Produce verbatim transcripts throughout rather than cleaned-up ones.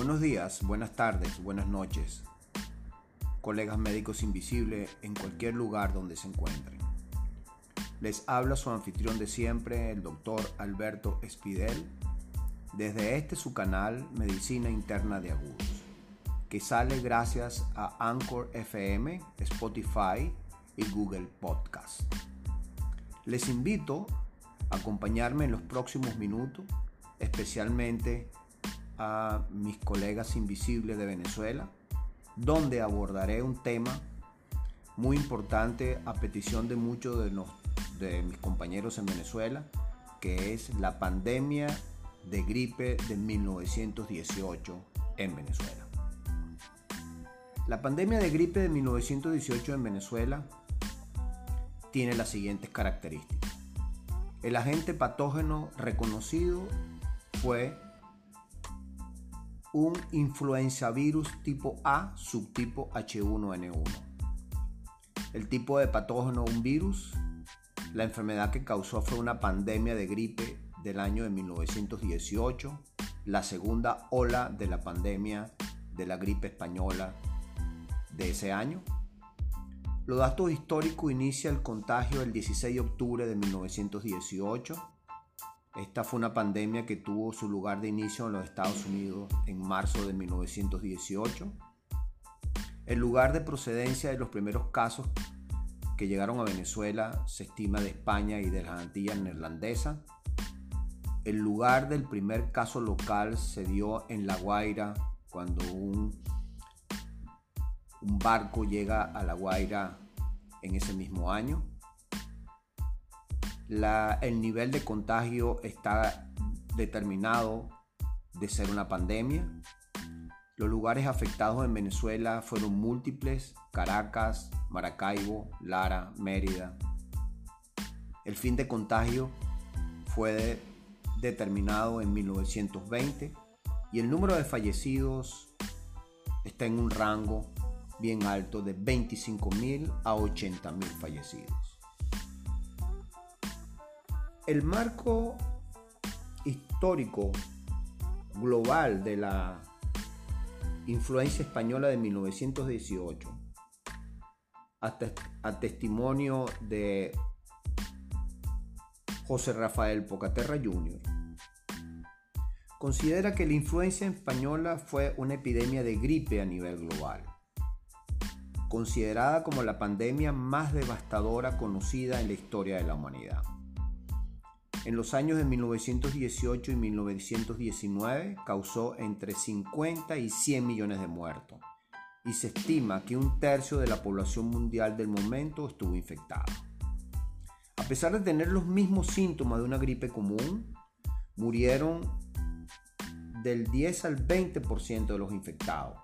Buenos días, buenas tardes, buenas noches, colegas médicos invisibles en cualquier lugar donde se encuentren. Les habla su anfitrión de siempre, el doctor Alberto Espidel, desde este su canal Medicina Interna de Agudos, que sale gracias a Anchor F M, Spotify y Google Podcast. Les invito a acompañarme en los próximos minutos, especialmente a mis colegas invisibles de Venezuela, donde abordaré un tema muy importante a petición de muchos de, los, de mis compañeros en Venezuela, que es la pandemia de gripe de mil novecientos dieciocho en Venezuela. La pandemia de gripe de mil novecientos dieciocho en Venezuela tiene las siguientes características. El agente patógeno reconocido fue un influenzavirus tipo A, subtipo H uno N uno. El tipo de patógeno, un virus. La enfermedad que causó fue una pandemia de gripe del año de mil novecientos dieciocho, la segunda ola de la pandemia de la gripe española de ese año. Los datos históricos: inicia el contagio el dieciséis de octubre de mil novecientos dieciocho. Esta fue una pandemia que tuvo su lugar de inicio en los Estados Unidos en marzo de mil novecientos dieciocho. El lugar de procedencia de los primeros casos que llegaron a Venezuela se estima de España y de las Antillas Neerlandesas. El lugar del primer caso local se dio en La Guaira, cuando un, un barco llega a La Guaira en ese mismo año. La, el nivel de contagio está determinado de ser una pandemia. Los lugares afectados en Venezuela fueron múltiples: Caracas, Maracaibo, Lara, Mérida. El fin de contagio fue de, determinado en mil novecientos veinte y el número de fallecidos está en un rango bien alto de veinticinco mil a ochenta mil fallecidos. El marco histórico global de la influencia española de mil novecientos dieciocho, hasta a testimonio de José Rafael Pocaterra junior, considera que la influencia española fue una epidemia de gripe a nivel global, considerada como la pandemia más devastadora conocida en la historia de la humanidad. En los años de mil novecientos dieciocho y mil novecientos diecinueve causó entre cincuenta y cien millones de muertos, y se estima que un tercio de la población mundial del momento estuvo infectada. A pesar de tener los mismos síntomas de una gripe común, murieron del diez al veinte por ciento de los infectados,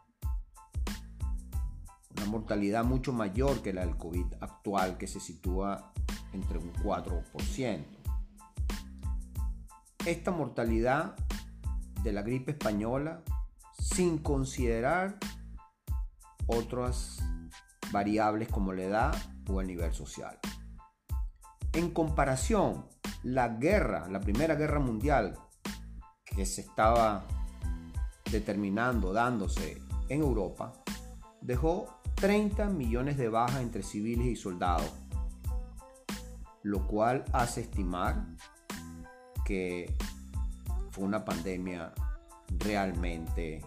una mortalidad mucho mayor que la del COVID actual, que se sitúa entre un cuatro por ciento. Esta mortalidad de la gripe española, sin considerar otras variables como la edad o el nivel social. En comparación, la guerra, la Primera Guerra Mundial, que se estaba determinando, dándose en Europa, dejó treinta millones de bajas entre civiles y soldados, lo cual hace estimar que fue una pandemia realmente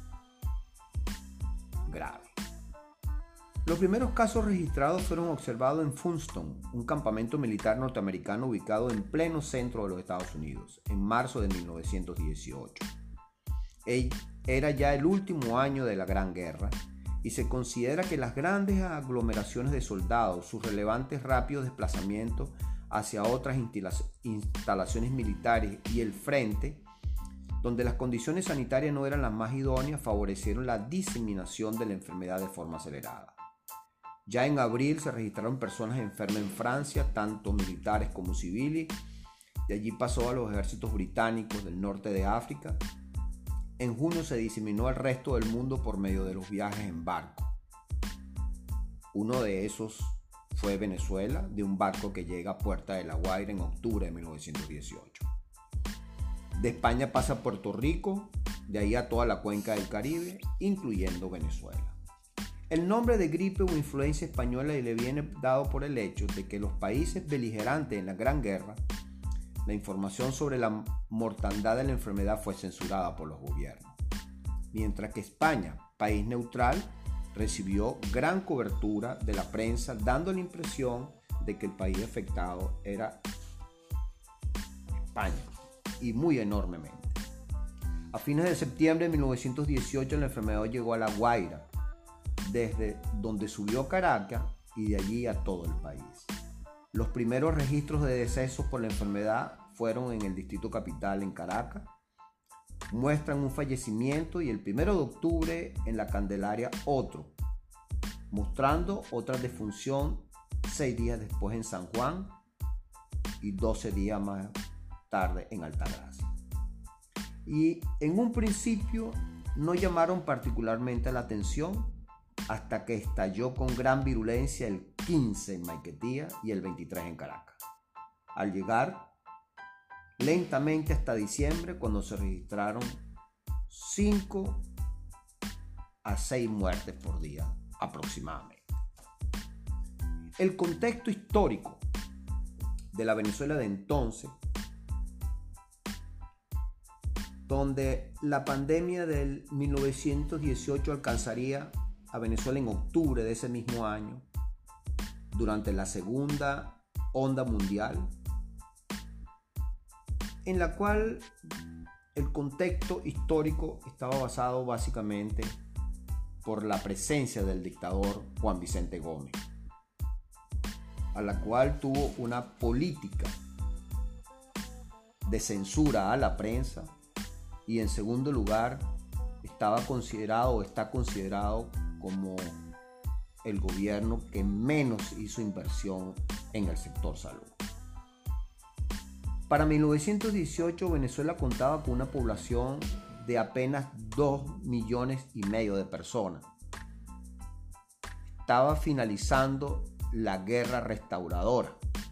grave. Los primeros casos registrados fueron observados en Funston, un campamento militar norteamericano ubicado en pleno centro de los Estados Unidos, en marzo de mil novecientos dieciocho. Era ya el último año de la Gran Guerra y se considera que las grandes aglomeraciones de soldados, sus relevantes rápidos desplazamientos hacia otras instalaciones militares y el frente, donde las condiciones sanitarias no eran las más idóneas, favorecieron la diseminación de la enfermedad de forma acelerada. Ya en abril se registraron personas enfermas en Francia, tanto militares como civiles. De allí pasó a los ejércitos británicos del norte de África. En junio se diseminó al resto del mundo por medio de los viajes en barco. Uno de esos fue Venezuela, de un barco que llega a Puerta de La Guaira en octubre de mil novecientos dieciocho. De España pasa a Puerto Rico de ahí a toda la cuenca del Caribe, incluyendo Venezuela. El nombre de gripe o influencia española le viene dado por el hecho de que los países beligerantes en la Gran Guerra, la información sobre la mortandad de la enfermedad fue censurada por los gobiernos, mientras que España, país neutral, recibió gran cobertura de la prensa, dando la impresión de que el país afectado era España, y muy enormemente. A fines de septiembre de mil novecientos dieciocho la enfermedad llegó a La Guaira, desde donde subió a Caracas y de allí a todo el país. Los primeros registros de decesos por la enfermedad fueron en el Distrito Capital en Caracas. Muestran un fallecimiento y el primero de octubre en la Candelaria otro, mostrando otra defunción seis días después en San Juan y doce días más tarde en Altagracia. Y en un principio no llamaron particularmente la atención hasta que estalló con gran virulencia el quince en Maiquetía y el veintitrés en Caracas. Al llegar lentamente hasta diciembre, cuando se registraron cinco a seis muertes por día aproximadamente. El contexto histórico de la Venezuela de entonces, donde la pandemia del mil novecientos dieciocho alcanzaría a Venezuela en octubre de ese mismo año, durante la segunda onda mundial, en la cual el contexto histórico estaba basado básicamente por la presencia del dictador Juan Vicente Gómez, a la cual tuvo una política de censura a la prensa y en segundo lugar estaba considerado o está considerado como el gobierno que menos hizo inversión en el sector salud. Para mil novecientos dieciocho Venezuela contaba con una población de apenas dos millones y medio de personas. Estaba finalizando la guerra restauradora.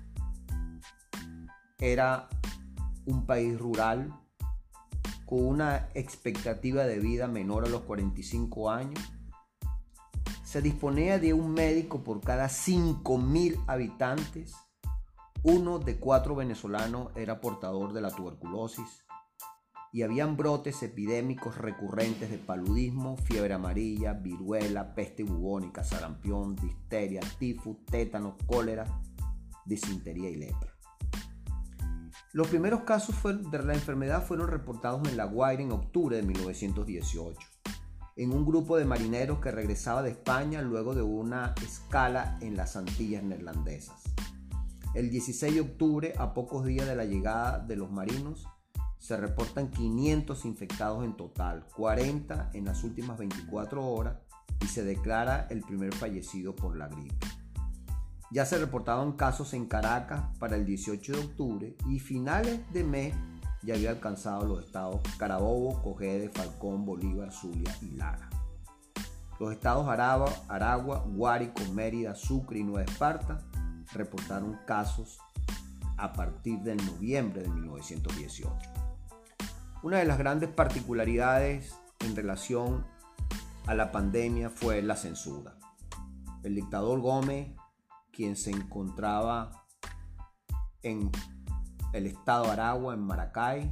Era un país rural con una expectativa de vida menor a los cuarenta y cinco años. Se disponía de un médico por cada cinco mil habitantes. Uno de cuatro venezolanos era portador de la tuberculosis y habían brotes epidémicos recurrentes de paludismo, fiebre amarilla, viruela, peste bubónica, sarampión, difteria, tifus, tétano, cólera, disentería y lepra. Los primeros casos de la enfermedad fueron reportados en La Guaira en octubre de mil novecientos dieciocho, en un grupo de marineros que regresaba de España luego de una escala en las Antillas neerlandesas. El dieciséis de octubre, a pocos días de la llegada de los marinos, se reportan quinientos infectados en total, cuarenta en las últimas veinticuatro horas, y se declara el primer fallecido por la gripe. Ya se reportaban casos en Caracas para el dieciocho de octubre y finales de mes ya había alcanzado los estados Carabobo, Cogede, Falcón, Bolívar, Zulia y Lara. Los estados Aragua, Aragua, Guárico, Mérida, Sucre y Nueva Esparta reportaron casos a partir del noviembre de mil novecientos dieciocho. Una de las grandes particularidades en relación a la pandemia fue la censura. El dictador Gómez, quien se encontraba en el estado Aragua, en Maracay,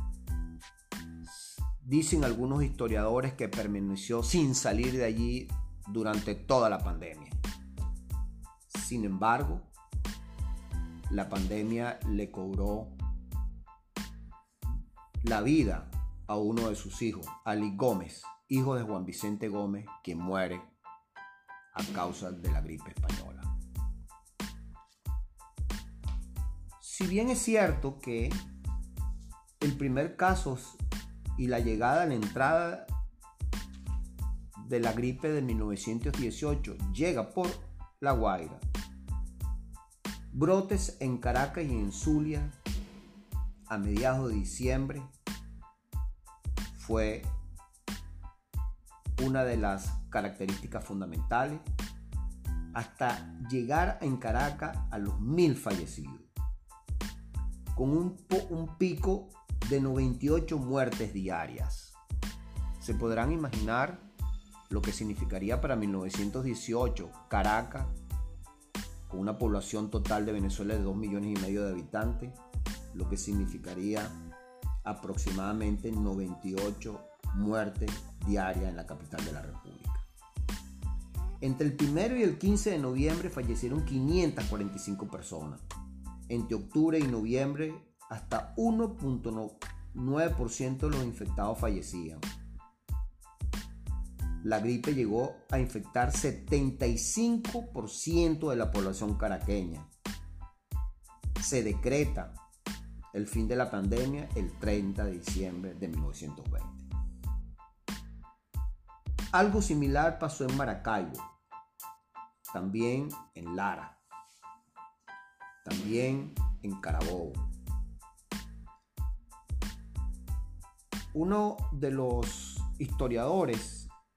dicen algunos historiadores que permaneció sin salir de allí durante toda la pandemia. Sin embargo, la pandemia le cobró la vida a uno de sus hijos, Ali Gómez, hijo de Juan Vicente Gómez, quien muere a causa de la gripe española. Si bien es cierto que el primer caso y la llegada, la entrada de la gripe de mil novecientos dieciocho llega por La Guaira, brotes en Caracas y en Zulia a mediados de diciembre fue una de las características fundamentales, hasta llegar en Caracas a los mil fallecidos, con un, un pico de noventa y ocho muertes diarias. Se podrán imaginar lo que significaría para mil novecientos dieciocho Caracas, con una población total de Venezuela de dos millones y medio de habitantes, lo que significaría aproximadamente noventa y ocho muertes diarias en la capital de la República. Entre el primero y el quince de noviembre fallecieron quinientas cuarenta y cinco personas. Entre octubre y noviembre, hasta uno punto nueve por ciento de los infectados fallecían. La gripe llegó a infectar setenta y cinco por ciento de la población caraqueña. Se decreta el fin de la pandemia el treinta de diciembre de mil novecientos veinte. Algo similar pasó en Maracaibo, también en Lara, también en Carabobo. Uno de los historiadores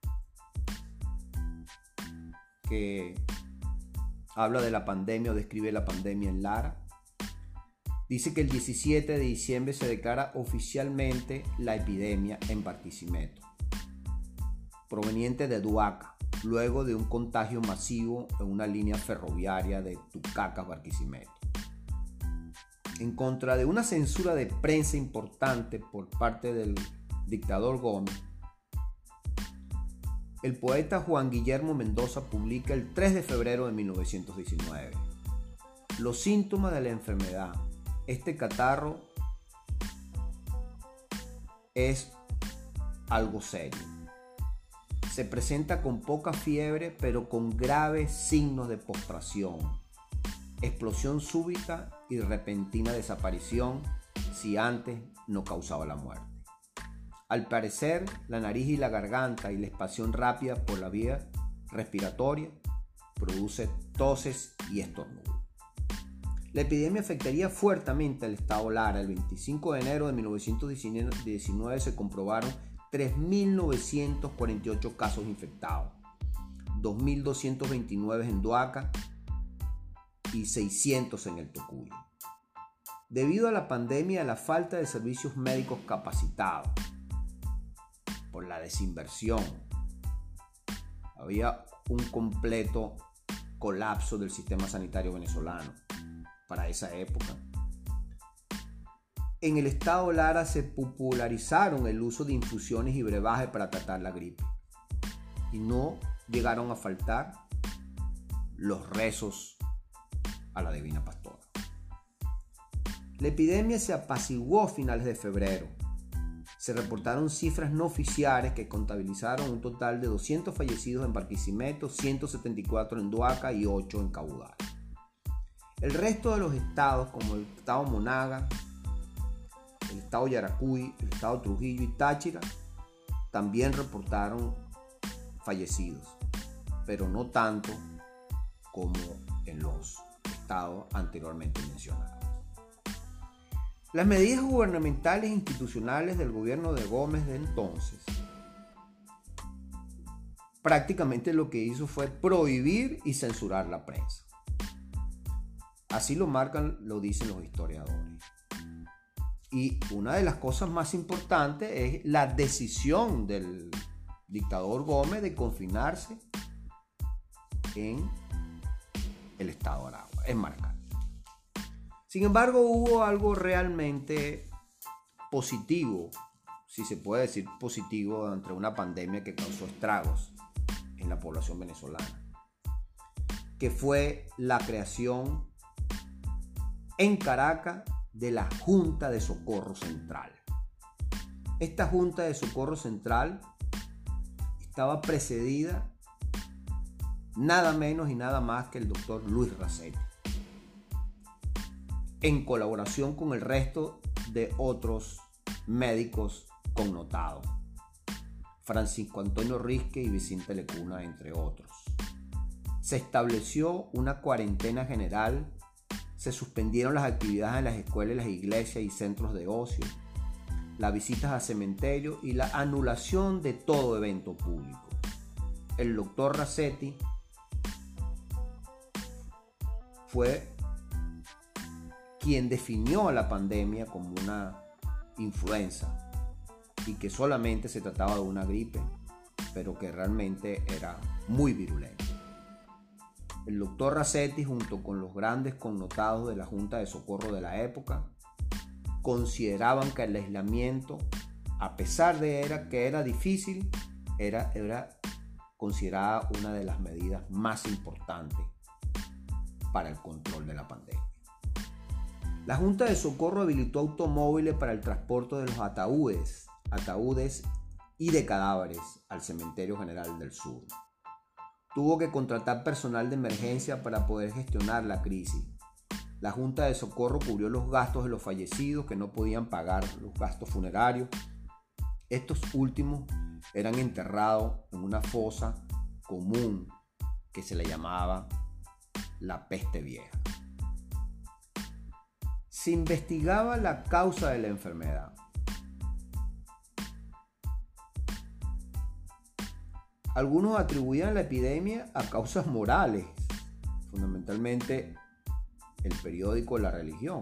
que habla de la pandemia o describe la pandemia en Lara, dice que el diecisiete de diciembre se declara oficialmente la epidemia en Barquisimeto, proveniente de Duaca, luego de un contagio masivo en una línea ferroviaria de Tucacas a Barquisimeto. En contra de una censura de prensa importante por parte del dictador Gómez, el poeta Juan Guillermo Mendoza publica el tres de febrero de mil novecientos diecinueve los síntomas de la enfermedad. Este catarro es algo serio. Se presenta con poca fiebre, pero con graves signos de postración, explosión súbita y repentina desaparición si antes no causaba la muerte. Al parecer, la nariz y la garganta y la expansión rápida por la vía respiratoria produce toses y estornudos. La epidemia afectaría fuertemente al estado Lara. El veinticinco de enero de mil novecientos diecinueve se comprobaron tres mil novecientos cuarenta y ocho casos infectados, dos mil doscientos veintinueve en Duaca y seiscientos en el Tocuyo. Debido a la pandemia y a la falta de servicios médicos capacitados, por la desinversión, había un completo colapso del sistema sanitario venezolano para esa época. En el estado Lara se popularizaron el uso de infusiones y brebajes para tratar la gripe, y no llegaron a faltar los rezos a la Divina Pastora. La epidemia se apaciguó a finales de febrero. Se reportaron cifras no oficiales que contabilizaron un total de doscientos fallecidos en Barquisimeto, ciento setenta y cuatro en Duaca y ocho en Caudal. El resto de los estados, como el estado Monaga, el estado Yaracuy, el estado Trujillo y Táchira, también reportaron fallecidos, pero no tanto como en los estados anteriormente mencionados. Las medidas gubernamentales e institucionales del gobierno de Gómez de entonces prácticamente lo que hizo fue prohibir y censurar la prensa. Así lo marcan, lo dicen los historiadores. Y una de las cosas más importantes es la decisión del dictador Gómez de confinarse en el estado Aragua, en Maracay. Sin embargo, hubo algo realmente positivo, si se puede decir positivo, ante una pandemia que causó estragos en la población venezolana, que fue la creación en Caracas de la Junta de Socorro Central. Esta Junta de Socorro Central estaba precedida nada menos y nada más que el doctor Luis Racetti, en colaboración con el resto de otros médicos connotados, Francisco Antonio Risque y Vicente Lecuna, entre otros. Se estableció una cuarentena general, se suspendieron las actividades en las escuelas, las iglesias y centros de ocio, las visitas a cementerios y la anulación de todo evento público. El doctor Racetti fue quien definió a la pandemia como una influenza y que solamente se trataba de una gripe, pero que realmente era muy virulenta. El doctor Rasetti, junto con los grandes connotados de la Junta de Socorro de la época, consideraban que el aislamiento, a pesar de era, que era difícil, era, era considerada una de las medidas más importantes para el control de la pandemia. La Junta de Socorro habilitó automóviles para el transporte de los ataúdes, ataúdes y de cadáveres al Cementerio General del Sur. Tuvo que contratar personal de emergencia para poder gestionar la crisis. La Junta de Socorro cubrió los gastos de los fallecidos que no podían pagar los gastos funerarios. Estos últimos eran enterrados en una fosa común que se le llamaba la peste vieja. Se investigaba la causa de la enfermedad. Algunos atribuían la epidemia a causas morales, fundamentalmente el periódico La Religión,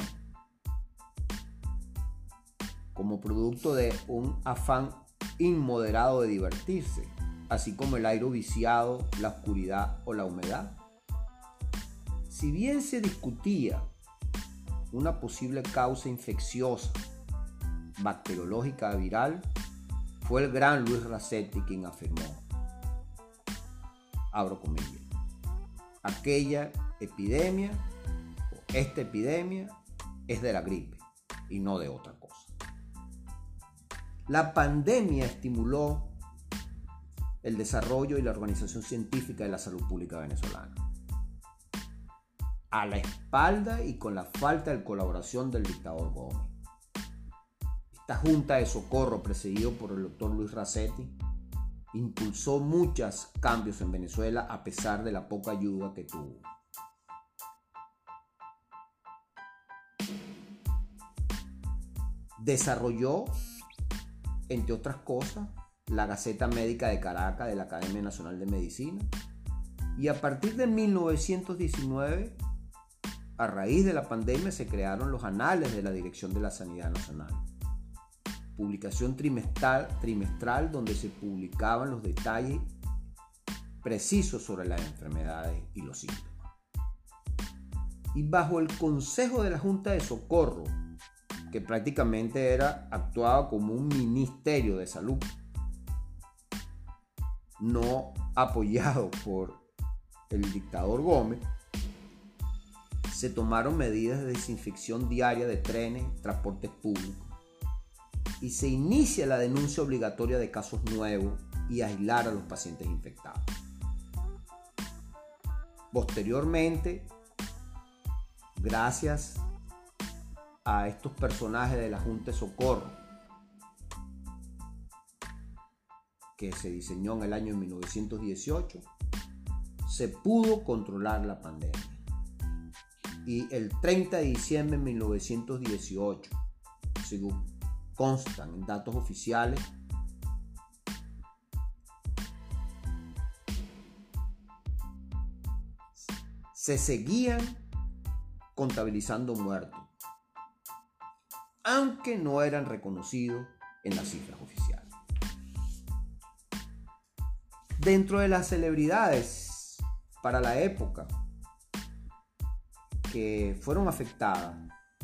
como producto de un afán inmoderado de divertirse, así como el aire viciado, la oscuridad o la humedad. Si bien se discutía una posible causa infecciosa, bacteriológica viral, fue el gran Luis Rasetti quien afirmó, abro comillas, aquella epidemia o esta epidemia es de la gripe y no de otra cosa. La pandemia estimuló el desarrollo y la organización científica de la salud pública venezolana, a la espalda y con la falta de colaboración del dictador Gómez. Esta Junta de Socorro, presidido por el doctor Luis Rasetti, impulsó muchos cambios en Venezuela a pesar de la poca ayuda que tuvo. Desarrolló, entre otras cosas, la Gaceta Médica de Caracas de la Academia Nacional de Medicina, y a partir de mil novecientos diecinueve, a raíz de la pandemia, se crearon los Anales de la Dirección de la Sanidad Nacional, publicación trimestral, trimestral donde se publicaban los detalles precisos sobre las enfermedades y los síntomas. Y bajo el consejo de la Junta de Socorro, que prácticamente era, actuaba como un ministerio de salud, no apoyado por el dictador Gómez, se tomaron medidas de desinfección diaria de trenes, transportes públicos, y se inicia la denuncia obligatoria de casos nuevos y aislar a los pacientes infectados. Posteriormente, gracias a estos personajes de la Junta de Socorro, que se diseñó en el año mil novecientos dieciocho, se pudo controlar la pandemia. Y el treinta de diciembre de mil novecientos dieciocho, según constan en datos oficiales, se seguían contabilizando muertos, aunque no eran reconocidos en las cifras oficiales. Dentro de las celebridades para la época que fueron afectadas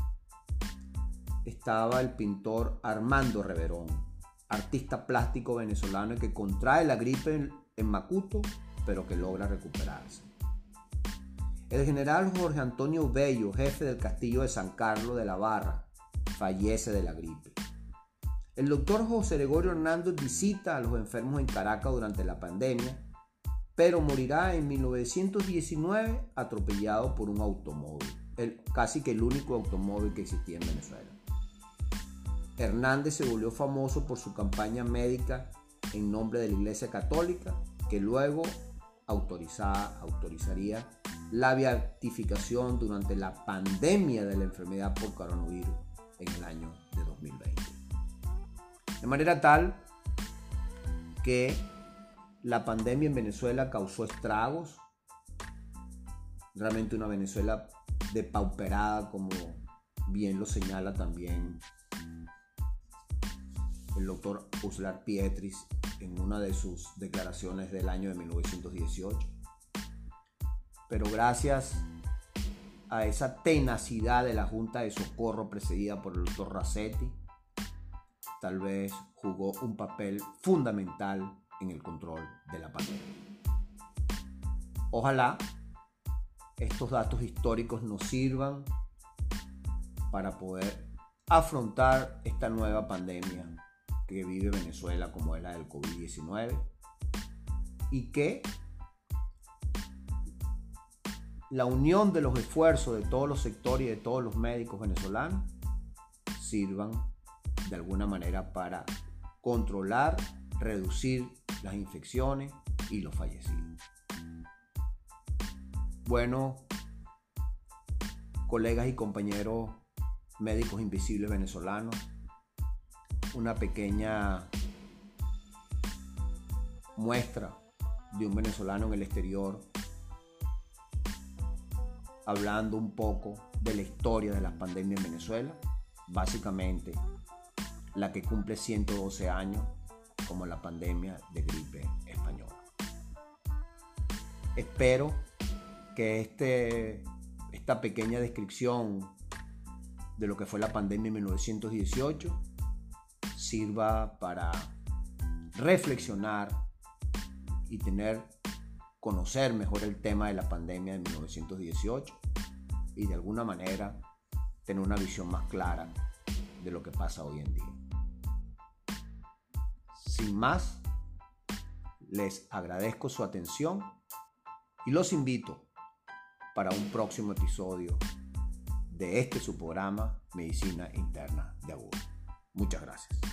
estaba el pintor Armando Reverón, artista plástico venezolano que contrae la gripe en, en Macuto, pero que logra recuperarse. El general Jorge Antonio Bello, jefe del castillo de San Carlos de la Barra, fallece de la gripe. El doctor José Gregorio Hernández visita a los enfermos en Caracas durante la pandemia, pero morirá en mil novecientos diecinueve atropellado por un automóvil, el, casi que el único automóvil que existía en Venezuela. Hernández se volvió famoso por su campaña médica en nombre de la Iglesia Católica, que luego autoriza, autorizaría la beatificación durante la pandemia de la enfermedad por coronavirus en el año de dos mil veinte. De manera tal que la pandemia en Venezuela causó estragos, realmente una Venezuela depauperada, como bien lo señala también el doctor Uslar Pietris en una de sus declaraciones del año de mil novecientos dieciocho. Pero gracias a esa tenacidad de la Junta de Socorro presidida por el doctor Rasetti, tal vez jugó un papel fundamental en el control de la pandemia. Ojalá estos datos históricos nos sirvan para poder afrontar esta nueva pandemia que vive Venezuela, como es la del COVID diecinueve, y que la unión de los esfuerzos de todos los sectores y de todos los médicos venezolanos sirvan de alguna manera para controlar, reducir las infecciones y los fallecidos. Bueno, colegas y compañeros médicos invisibles venezolanos, una pequeña muestra de un venezolano en el exterior hablando un poco de la historia de las pandemias en Venezuela, básicamente la que cumple ciento doce años como la pandemia de gripe española. Espero que este, esta pequeña descripción de lo que fue la pandemia en mil novecientos dieciocho sirva para reflexionar y tener, conocer mejor el tema de la pandemia de mil novecientos dieciocho y de alguna manera tener una visión más clara de lo que pasa hoy en día. Sin más, les agradezco su atención y los invito para un próximo episodio de este su programa Medicina Interna de Agudo. Muchas gracias.